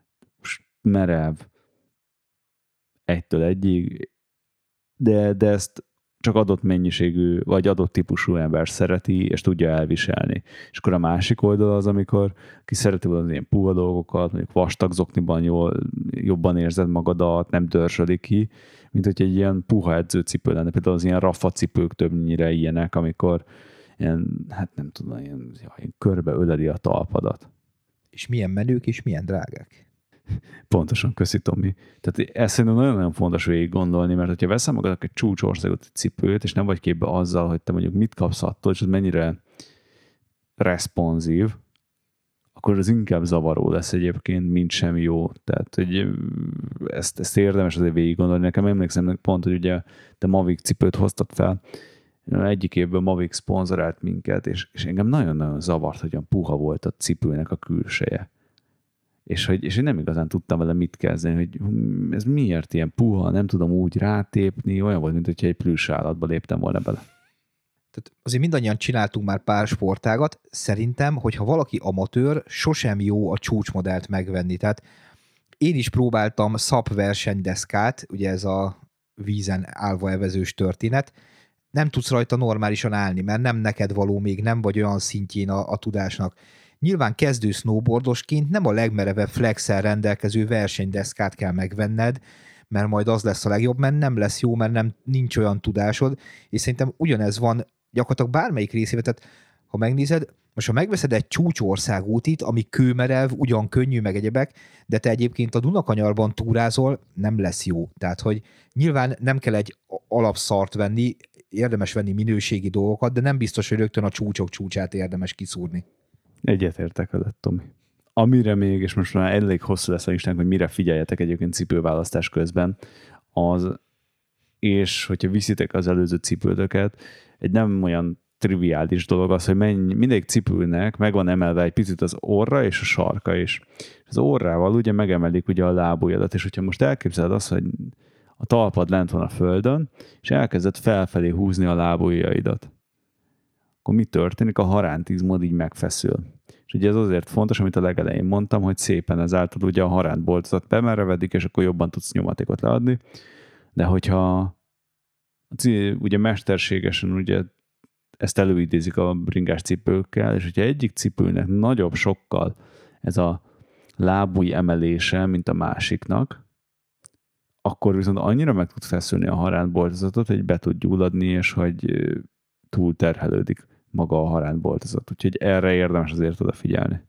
S2: merev, egytől egyig, de ezt csak adott mennyiségű, vagy adott típusú ember szereti, és tudja elviselni. És akkor a másik oldal az, amikor ki szereti az ilyen puha dolgokat, mondjuk vastag zokniban jobban érzed magadat, nem dörzsölik ki, mint hogy egy ilyen puha edzőcipő lenne. Például az ilyen Rafa cipők többnyire ilyenek, amikor ilyen, hát nem tudom, ilyen körbe öleli a talpadat.
S3: És milyen menők, és milyen drágák.
S2: Pontosan, köszi Tomi. Tehát ezt szerintem nagyon-nagyon fontos végig gondolni, mert hogyha veszem magadnak egy csúcsországot cipőt, és nem vagy képbe azzal, hogy te mondjuk mit kapsz attól, és ez mennyire responsív, akkor az inkább zavaró lesz egyébként, mint sem jó. Tehát, hogy ezt érdemes azért végig gondolni. Nekem emlékszem pont, hogy ugye te Mavic cipőt hoztad fel, egyik évben Mavic szponzorált minket, és engem nagyon-nagyon zavart, hogy olyan puha volt a cipőnek a külseje. És én nem igazán tudtam vele mit kezdeni, hogy ez miért ilyen puha, nem tudom úgy rátépni, olyan volt, mint hogyha egy plüss állatba léptem volna bele.
S3: Tehát azért mindannyian csináltunk már pár sportágat, szerintem, hogyha valaki amatőr, sosem jó a csúcsmodellt megvenni. Tehát én is próbáltam SAP versenydeszkát, ugye ez a vízen állva evezős történet, nem tudsz rajta normálisan állni, mert nem neked való, még nem vagy olyan szintjén a tudásnak. Nyilván kezdő snowboardosként nem a legmerevebb flexel rendelkező versenydeszkát kell megvenned, mert majd az lesz a legjobb, mert nem lesz jó, mert nincs olyan tudásod, és szerintem ugyanez van gyakorlatilag bármelyik részében, tehát ha megnézed, most ha megveszed egy csúcsországútit, ami kőmerev, ugyan könnyű meg egyebek, de te egyébként a Dunakanyarban túrázol, nem lesz jó. Tehát, hogy nyilván nem kell egy alapszart venni, érdemes venni minőségi dolgokat, de nem biztos, hogy rögtön a csúcsok csúcsát érdemes kiszúrni.
S2: Egyetértek veled, Tomi. Amire még, és most már elég hosszú lesz a listánk, hogy mire figyeljetek egyébként cipőválasztás közben, az, és hogyha viszitek az előző cipőtöket, egy nem olyan triviális dolog az, hogy mindegyik cipőnek meg van emelve egy picit az orra és a sarka is. Az orrával ugye megemelik ugye a lábujjadat, és hogyha most elképzeled azt, hogy a talpad lent van a földön, és elkezded felfelé húzni a lábujjaidat, akkor mi történik? A harántizmod így megfeszül. És ugye ez azért fontos, amit a legelején mondtam, hogy szépen ezáltal ugye a harántboltozat bemerevedik, és akkor jobban tudsz nyomatékot leadni. De hogyha ugye mesterségesen ugye ezt előidézik a bringás cipőkkel, és hogyha egyik cipőnek nagyobb sokkal ez a lábujj emelése, mint a másiknak, akkor viszont annyira meg tud feszülni a harántboltozatot, hogy be tud gyulladni, és hogy túl terhelődik maga a harántboltozat. Úgyhogy erre érdemes azért odafigyelni.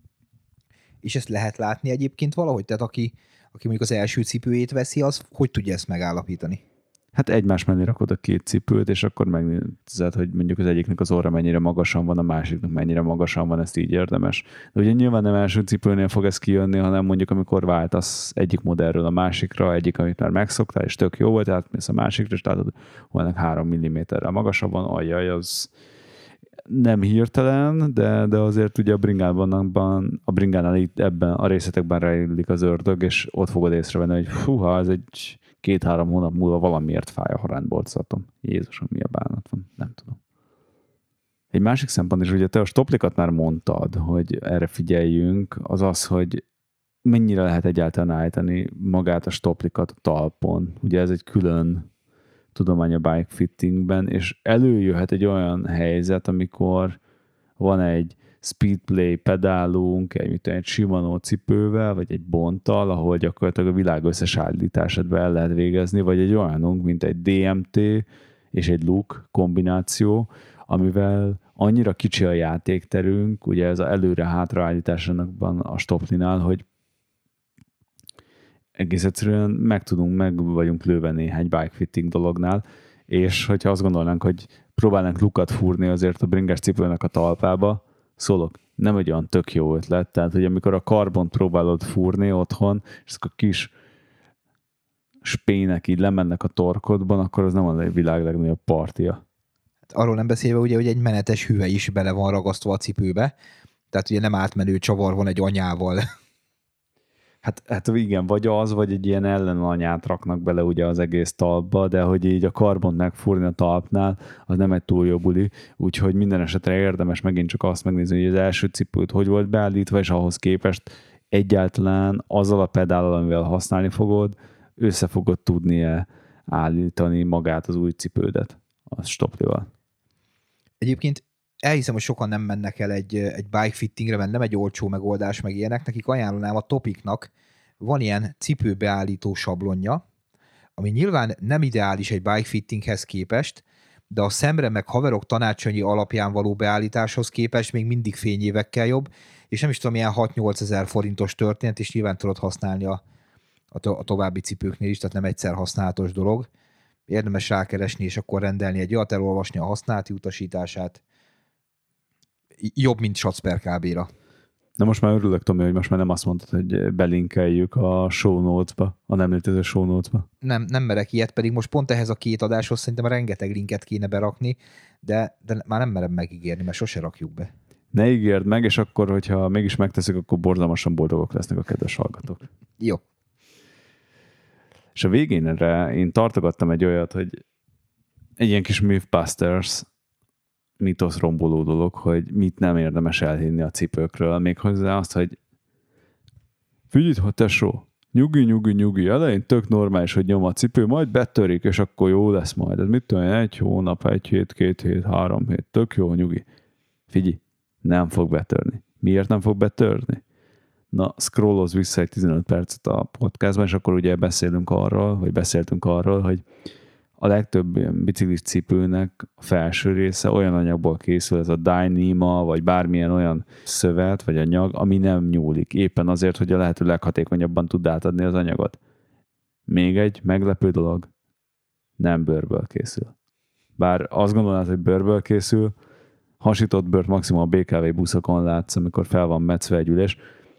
S3: És ezt lehet látni egyébként valahogy? Tehát aki mondjuk az első cipőjét veszi, az hogy tudja ezt megállapítani?
S2: Hát egymás mellé rakod a két cipőt, és akkor megnézed, hogy mondjuk az egyiknek az orra mennyire magasan van, a másiknak mennyire magasan van, ezt így érdemes. De ugye nyilván nem első cipőnél fog ez kijönni, hanem mondjuk amikor váltasz egyik modellről a másikra, egyik, amit már megszoktál, és tök jó volt, tehát mész a másikra, és látod, hogy 3 mm-rel magasabb van, ajjaj, az nem hirtelen, de azért ugye a bringánál itt ebben a részletekben rejlik az ördög, és ott fogod észrevenni, hogy húha, ez egy 2-3 hónap múlva valamiért fáj a harántboltozatom. Jézusom, mi a bánat van? Nem tudom. Egy másik szempont is, ugye te a stoplikat már mondtad, hogy erre figyeljünk, az az, hogy mennyire lehet egyáltalán állítani magát a stoplikat a talpon. Ugye ez egy külön tudomány a bike fittingben, és előjöhet egy olyan helyzet, amikor van egy speedplay pedálunk, egy Shimano cipővel, vagy egy bonttal, ahol gyakorlatilag a világ összes állítását el lehet végezni, vagy egy olyanunk, mint egy DMT és egy Look kombináció, amivel annyira kicsi a játékterünk, ugye ez az előre-hátra állításának a stoplinál, hogy egész egyszerűen meg vagyunk lőve néhány bikefitting dolognál, és hogyha azt gondolnánk, hogy próbálnánk lukat fúrni azért a bringás cipőnek a talpába, szólok, nem egy olyan tök jó ötlet, tehát hogy amikor a karbont próbálod fúrni otthon, és a kis spének így lemennek a torkodban, akkor az nem a világ legnagyobb partia.
S3: Arról nem beszélve ugye, hogy egy menetes hüvely is bele van ragasztva a cipőbe, tehát ugye nem átmenő csavar van egy anyával.
S2: Hát igen, vagy az, vagy egy ilyen ellenanyát raknak bele ugye az egész talpba, de hogy így a karbont megfúrni a talpnál, az nem egy túl jó buli, úgyhogy minden esetre érdemes megint csak azt megnézni, hogy az első cipőt hogy volt beállítva, és ahhoz képest egyáltalán azzal a pedállal, amivel használni fogod, össze fogod tudni állítani magát az új cipődet a stoplival. Egyébként
S3: elhiszem, hogy sokan nem mennek el egy bike fittingre, mert nem egy olcsó megoldás, meg ilyenek. Nekik ajánlanám a Topicnak, van ilyen cipőbeállító sablonja, ami nyilván nem ideális egy bike fittinghez képest, de a szemre meg haverok tanácsai alapján való beállításhoz képest még mindig fényévekkel jobb, és nem is tudom, ilyen 6-8 ezer forintos történet, és nyilván tudod használni a további cipőknél is, tehát nem egyszer használatos dolog. Érdemes rákeresni, és akkor rendelni egy olyat, elolvasni a használati utasítását. Jobb, mint Shots per KB-ra.
S2: Na most már örülök, Tomi, hogy most már nem azt mondtad, hogy belinkeljük a show notes-ba, a nem létező show notes-ba.
S3: Nem merek ilyet, pedig most pont ehhez a két adáshoz szerintem rengeteg linket kéne berakni, de már nem merem megígérni, mert sose rakjuk be.
S2: Ne ígérd meg, és akkor, hogyha mégis megteszik, akkor borzalmasan boldogok lesznek a kedves hallgatók.
S3: Jó.
S2: És a végén erre én tartogattam egy olyat, hogy egy ilyen kis Mythbusters mitosz romboló dolog, hogy mit nem érdemes elhinni a cipőkről, méghozzá azt, hogy figyelj, ha tesó, nyugi, elején tök normális, hogy nyom a cipő, majd betörik, és akkor jó lesz majd. Ez mit tudom, 1 hónap, 1 hét, 2 hét, 3 hét, tök jó, nyugi. Figyelj, nem fog betörni. Miért nem fog betörni? Na, scrollozz vissza egy 15 percet a podcastban, és akkor ugye beszéltünk arról, hogy a legtöbb ilyen biciklis cipőnek a felső része olyan anyagból készül, ez a Dyneema, vagy bármilyen olyan szövet, vagy anyag, ami nem nyúlik. Éppen azért, hogy a lehető leghatékonyabban tud átadni az anyagot. Még egy meglepő dolog, nem bőrből készül. Bár azt gondolnád, hogy bőrből készül, hasított bőrt maximum a BKV buszokon látsz, amikor fel van metszve egy ülés,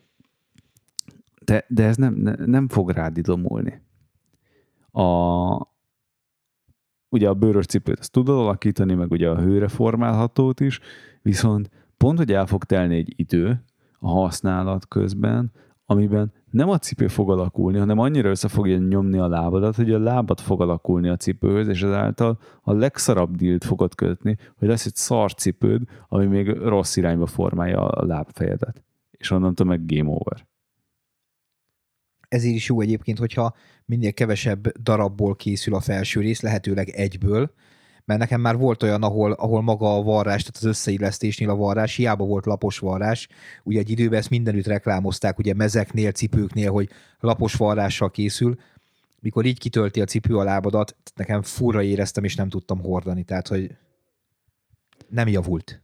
S2: de ez nem fog rád idomulni. ugye a bőrös cipőt ezt tudod alakítani, meg ugye a hőre formálhatót is, viszont pont, hogy el fog telni egy idő a használat közben, amiben nem a cipő fog alakulni, hanem annyira össze fogja nyomni a lábadat, hogy a lábad fog alakulni a cipőhöz, és ezáltal a legszarabb dílt fogod kötni, hogy lesz egy szar cipőd, ami még rossz irányba formálja a lábfejedet. És onnantól meg game over.
S3: Ezért is jó egyébként, hogyha minél kevesebb darabból készül a felső rész, lehetőleg egyből, mert nekem már volt olyan, ahol maga a varrás, tehát az összeillesztésnél a varrás, hiába volt lapos varrás, ugye egy időben ezt mindenütt reklámozták, ugye mezeknél, cipőknél, hogy lapos varrással készül, mikor így kitölti a cipő a lábadat, nekem furra éreztem, és nem tudtam hordani, tehát, hogy nem javult.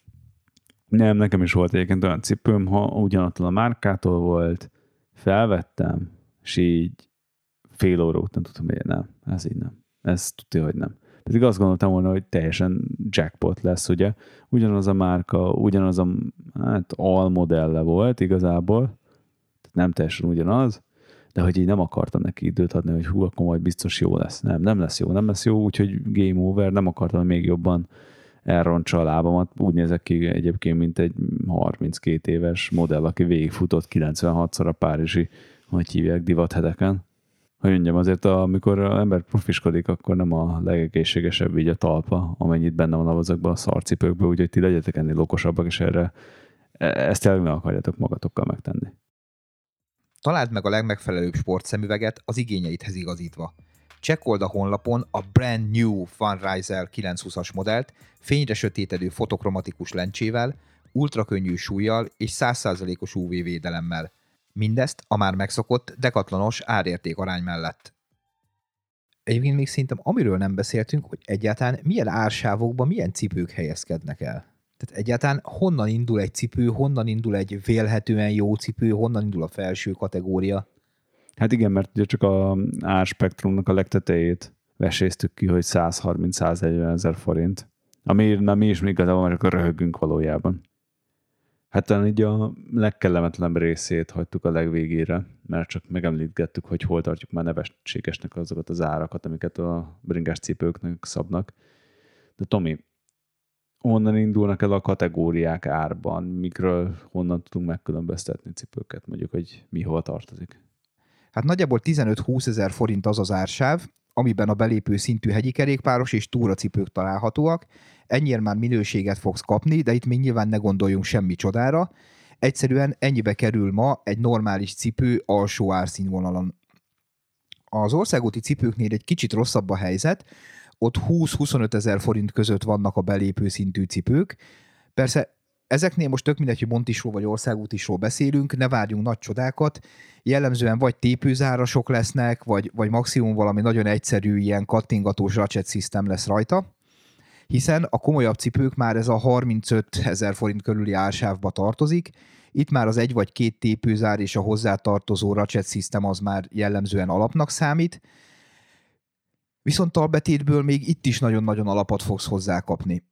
S2: Nem, nekem is volt egyébként olyan cipőm, ha ugyanattól a márkától volt, felvettem, és így fél óra után tudtam, hogy nem, ez így nem. Ez tudja, hogy nem. Pedig azt gondoltam volna, hogy teljesen jackpot lesz, ugye. Ugyanaz a márka, ugyanaz a almodelle volt igazából, tehát nem teljesen ugyanaz, de hogy így nem akartam neki időt adni, hogy hú, akkor majd biztos jó lesz. Nem lesz jó, úgyhogy game over, nem akartam még jobban elrontsa a lábamat. Úgy nézek ki egyébként, mint egy 32 éves modell, aki végigfutott 96-szor a párizsi, hogy hívják, divathedeken. Hogy mondjam, azért amikor az ember profiskodik, akkor nem a legegészségesebb így a talpa, amennyit benne van azokban a szarcipőkben, úgyhogy ti legyetek ennél okosabbak, és erre ezt tényleg ne akarjátok magatokkal megtenni.
S3: Találd meg a legmegfelelőbb sportszemüveget az igényeidhez igazítva. Csekkold a honlapon a brand new Funriser 920-as modellt fényre sötétedő fotokromatikus lencsével, ultrakönnyű súlyjal és 100%-os UV védelemmel. Mindezt a már megszokott dekatlanos árérték arány mellett. Egyébként még szerintem amiről nem beszéltünk, hogy egyáltalán milyen ársávokban milyen cipők helyezkednek el. Tehát egyáltalán honnan indul egy cipő, honnan indul egy vélhetően jó cipő, honnan indul a felső kategória.
S2: Hát igen, mert ugye csak a árspektrumnak a legtetejét veséztük ki, hogy 130-140 ezer forint. Ami mi is még igazából csak röhögünk valójában. Hát talán így a legkellemetlenebb részét hagytuk a legvégére, mert csak megemlítgettük, hogy hol tartjuk már nevetségesnek azokat az árakat, amiket a bringás cipőknek szabnak. De Tomi, honnan indulnak el a kategóriák árban, mikről honnan tudunk megkülönböztetni cipőket, mondjuk, hogy mi hol tartozik?
S3: Hát nagyjából 15-20 ezer forint az az ársáv, amiben a belépő szintű hegyi kerékpáros és túracipők találhatóak. Ennyire már minőséget fogsz kapni, de itt még nyilván ne gondoljunk semmi csodára. Egyszerűen ennyibe kerül ma egy normális cipő alsó árszínvonalon. Az országúti cipőknél egy kicsit rosszabb a helyzet, ott 20-25 ezer forint között vannak a belépő szintű cipők. Persze ezeknél most tök mindegy, hogy Montisról vagy országútisról beszélünk, ne várjunk nagy csodákat, jellemzően vagy tépőzárasok lesznek, vagy maximum valami nagyon egyszerű ilyen kattingatós ratchet system lesz rajta, hiszen a komolyabb cipők már ez a 35 ezer forint körüli ársávba tartozik, itt már az egy vagy két tépőzár és a hozzátartozó ratchet system az már jellemzően alapnak számít, viszont albetétből még itt is nagyon-nagyon alapot fogsz hozzákapni.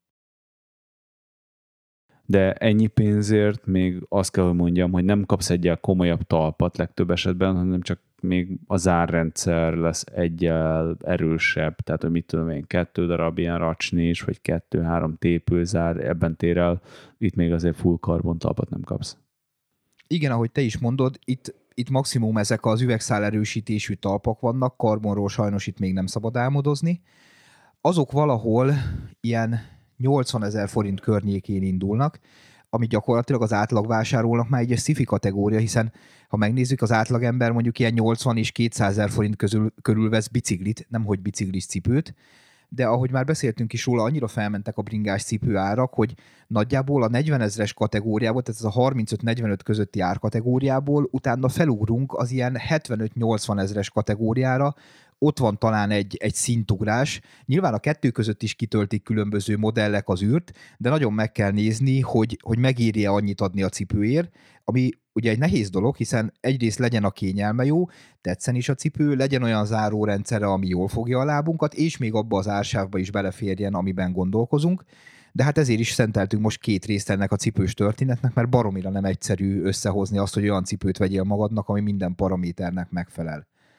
S2: De ennyi pénzért még azt kell, hogy mondjam, hogy nem kapsz egyel komolyabb talpat legtöbb esetben, hanem csak még a zárrendszer lesz egyel erősebb, tehát hogy mit tudom én, 2 darab ilyen racsnés, vagy 2-3 tépőzár, ebben tér el, itt még azért full karbon talpat nem kapsz.
S3: Igen, ahogy te is mondod, itt maximum ezek az üvegszál erősítésű talpak vannak, karbonról sajnos itt még nem szabad álmodozni. Azok valahol ilyen 80 ezer forint környékén indulnak, ami gyakorlatilag az átlagvásárolnak már egy sci-fi kategória, hiszen ha megnézzük, az átlagember mondjuk ilyen 80 és 200 ezer forint körül vesz biciklit, nemhogy biciklis cipőt, de ahogy már beszéltünk is róla, annyira felmentek a bringás cipő árak, hogy nagyjából a 40 ezeres kategóriából, tehát ez a 35-45 közötti árkategóriából utána felugrunk az ilyen 75-80 ezeres kategóriára, ott van talán egy szintugrás. Nyilván a kettő között is kitöltik különböző modellek az űrt, de nagyon meg kell nézni, hogy megéri-e annyit adni a cipőért, ami ugye egy nehéz dolog, hiszen egyrészt legyen a kényelme jó, tetszen is a cipő, legyen olyan zárórendszere, ami jól fogja a lábunkat, és még abba az ársávba is beleférjen, amiben gondolkozunk. De hát ezért is szenteltünk most 2 részt ennek a cipős történetnek, mert baromira nem egyszerű összehozni azt, hogy olyan cipőt vegyél magadnak, ami minden paraméternek megfelel.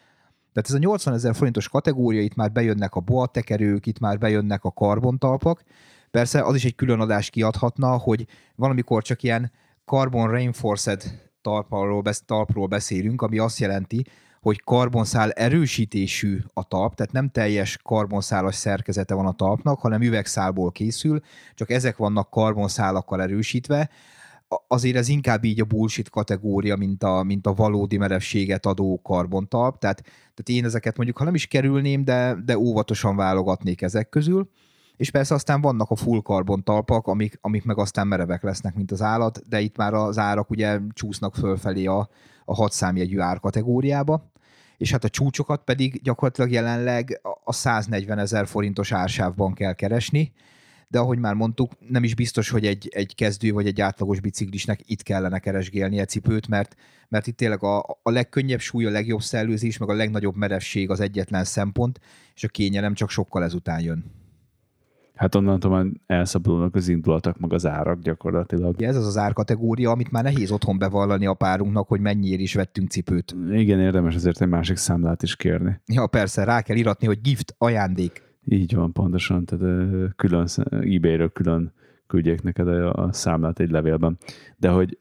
S3: Tehát ez a 80 000 forintos kategória, itt már bejönnek a boa tekerők, itt már bejönnek a karbontalpak. Persze az is egy külön adást kiadhatna, hogy valamikor csak ilyen carbon reinforced talpról beszélünk, ami azt jelenti, hogy karbonszál erősítésű a talp, tehát nem teljes karbonszálas szerkezete van a talpnak, hanem üvegszálból készül, csak ezek vannak karbonszálakkal erősítve. Azért ez inkább így a bullshit kategória, mint a valódi merevséget adó karbontalp, tehát én ezeket mondjuk, ha nem is kerülném, de óvatosan válogatnék ezek közül. És persze aztán vannak a full carbon talpak, amik meg aztán merevek lesznek, mint az állat, de itt már az árak ugye csúsznak fölfelé a 6 számjegyű árkategóriába, és hát a csúcsokat pedig gyakorlatilag jelenleg a 140 000 forintos ársávban kell keresni, de ahogy már mondtuk, nem is biztos, hogy egy kezdő vagy egy átlagos biciklisnek itt kellene keresgélnie cipőt, mert itt tényleg a legkönnyebb súly, a legjobb szellőzés, meg a legnagyobb merevség az egyetlen szempont, és a kényelem csak sokkal ezután jön.
S2: Hát onnantól már elszabadulnak az indulatok, meg az árak gyakorlatilag.
S3: Ez az árkategória, amit már nehéz otthon bevallani a párunknak, hogy mennyiért is vettünk cipőt.
S2: Igen, érdemes azért egy másik számlát is kérni.
S3: Ja, persze, rá kell iratni, hogy gift, ajándék.
S2: Így van, pontosan, tehát külön eBay-ről külön küldjék neked a számlát egy levélben. De hogy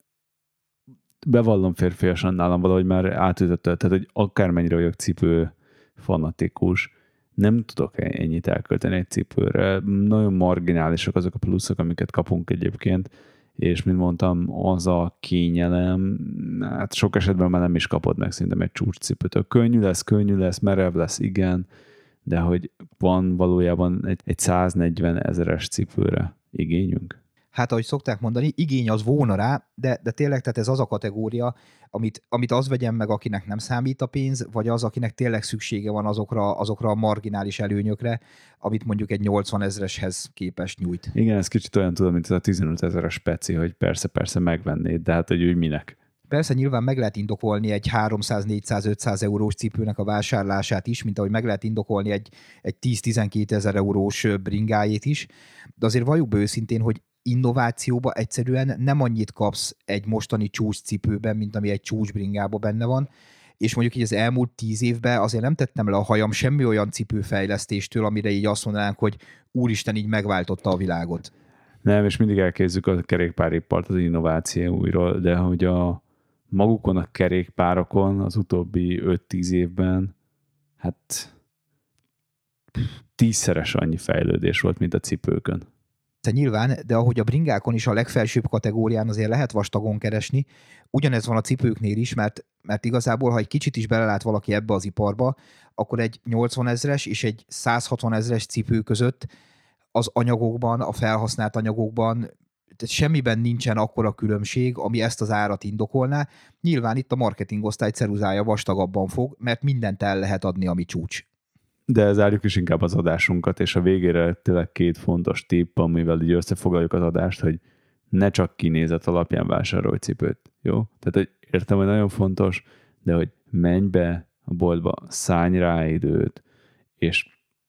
S2: bevallom férfiasan, nálam valahogy már átütötte, tehát hogy akármennyire vagyok cipő fanatikus, nem tudok ennyit elkölteni egy cipőre. Nagyon marginálisak azok a pluszok, amiket kapunk egyébként, és mint mondtam, az a kényelem, hát sok esetben már nem is kapod meg szerintem egy csúcscipőtől. Könnyű lesz, merev lesz, igen, de hogy van valójában egy 140 000-es cipőre igényünk?
S3: Hát, ahogy szokták mondani, igény az volna rá, de tényleg, tehát ez az a kategória, amit az vegyen meg, akinek nem számít a pénz, vagy az, akinek tényleg szüksége van azokra a marginális előnyökre, amit mondjuk egy 80 000-eshez képest nyújt.
S2: Igen, ez kicsit olyan tudom, mint ez a 15 000-es speci, hogy persze megvennéd, de hát hogy úgy minek?
S3: Persze nyilván meg lehet indokolni egy 300, 400, 500 eurós cipőnek a vásárlását is, mint ahogy meg lehet indokolni egy 10-12 000 eurós bringájét is, de azért valljuk be őszintén, hogy innovációba egyszerűen nem annyit kapsz egy mostani csúcscipőben, mint ami egy csúcsbringában benne van, és mondjuk így az elmúlt 10 évben azért nem tettem le a hajam semmi olyan cipőfejlesztéstől, amire így azt mondanánk, hogy úristen, így megváltotta a világot.
S2: Nem, és mindig elkezdjük a kerékpáripart az innovációiról, de hogy magukon a kerékpárokon az utóbbi 5-10 évben hát 10-szeres annyi fejlődés volt, mint a cipőkön.
S3: Nyilván, de ahogy a bringákon is a legfelsőbb kategórián azért lehet vastagon keresni, ugyanez van a cipőknél is, mert igazából, ha egy kicsit is belelát valaki ebbe az iparba, akkor egy 80 000-es és egy 160 000-es cipő között az anyagokban, a felhasznált anyagokban, tehát semmiben nincsen akkora különbség, ami ezt az árat indokolná. Nyilván itt a marketingosztály ceruzája vastagabban fog, mert mindent el lehet adni, ami csúcs.
S2: De zárjuk is inkább az adásunkat, és a végére tényleg 2 fontos tipp, amivel így összefoglaljuk az adást, hogy ne csak kinézet alapján vásárolj cipőt, jó? Tehát, hogy értem, hogy nagyon fontos, de hogy menj be a boltba, szállj rá időt, és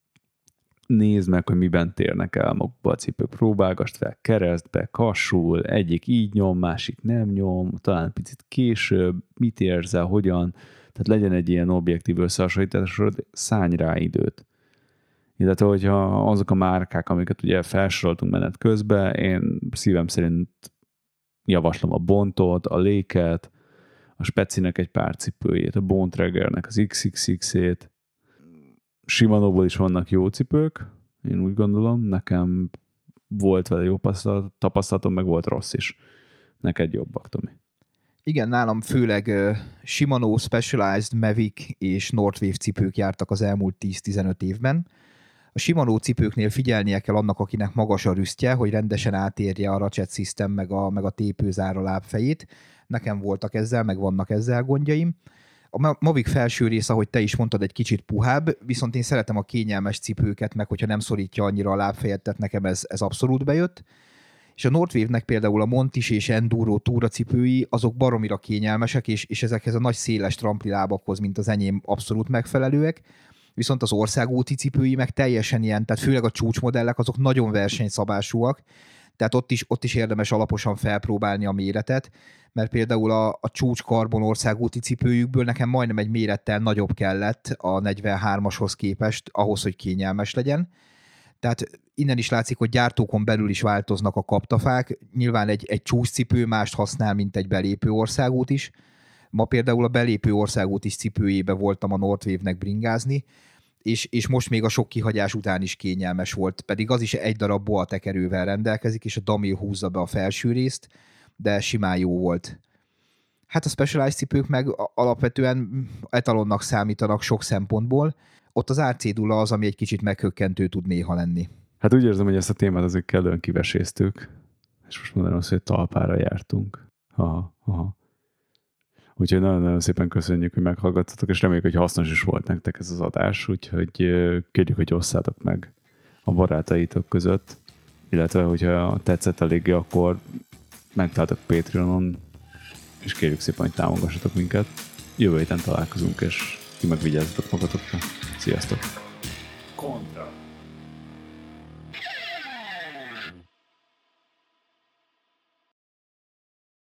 S2: nézd meg, hogy miben térnek el magukba a cipők. Próbálgasd fel keresztbe, kassul, egyik így nyom, másik nem nyom, talán picit később, mit érzel, hogyan. Tehát legyen egy ilyen objektív összehasonlításod, szállj rá időt. Illetve, hogyha azok a márkák, amiket ugye felsoroltunk menet közben, én szívem szerint javaslom a Bontot, a Léket, a Specinek egy pár cipőjét, a Bontragernek az XXX-ét. Shimanoból is vannak jó cipők, én úgy gondolom. Nekem volt vele jó tapasztalatom, meg volt rossz is. Neked jobbak, Tomi.
S3: Igen, nálam főleg Shimano, Specialized, Mavic és Northwave cipők jártak az elmúlt 10-15 évben. A Shimano cipőknél figyelnie kell annak, akinek magas a rüsztje, hogy rendesen átérje a ratchet system meg a tépőzár a lábfejét. Nekem voltak ezzel, meg vannak ezzel gondjaim. A Mavic felső rész, ahogy te is mondtad, egy kicsit puhább, viszont én szeretem a kényelmes cipőket, meg hogyha nem szorítja annyira a lábfejet, tehát nekem ez abszolút bejött. És a Northwave-nek például a Montis és Enduro túracipői, azok baromira kényelmesek, és ezekhez a nagy széles tramplilábakhoz, mint az enyém, abszolút megfelelőek. Viszont az országúti cipői meg teljesen ilyen, tehát főleg a csúcsmodellek, azok nagyon versenyszabásúak, Tehát ott is érdemes alaposan felpróbálni a méretet, mert például a csúcs karbon országúti cipőjükből nekem majdnem egy mérettel nagyobb kellett a 43-ashoz képest, ahhoz, hogy kényelmes legyen. Tehát innen is látszik, hogy gyártókon belül is változnak a kaptafák. Nyilván egy csúcscipő mást használ, mint egy belépő országút is. Ma például a belépő országút is cipőjébe voltam a Northwave-nek bringázni, és most még a sok kihagyás után is kényelmes volt, pedig az is egy darab boa tekerővel rendelkezik, és a Damil húzza be a felső részt, de simán jó volt. Hát a Specialized cipők meg alapvetően etalonnak számítanak sok szempontból, ott az árcédula az, ami egy kicsit meghökkentő tud néha lenni.
S2: Hát úgy érzem, hogy ezt a témát azért kellően kiveséztük, és most mondanom azt, hogy talpára jártunk. Aha. Úgyhogy nagyon-nagyon szépen köszönjük, hogy meghallgattatok, és reméljük, hogy hasznos is volt nektek ez az adás, úgyhogy kérjük, hogy osszátok meg a barátaitok között, illetve hogyha tetszett eléggé, akkor megtaláltok Patreonon, és kérjük szépen, hogy támogassatok minket. Jövő héten találkozunk, és ti meg vigyázzatok magatokra. Sziasztok!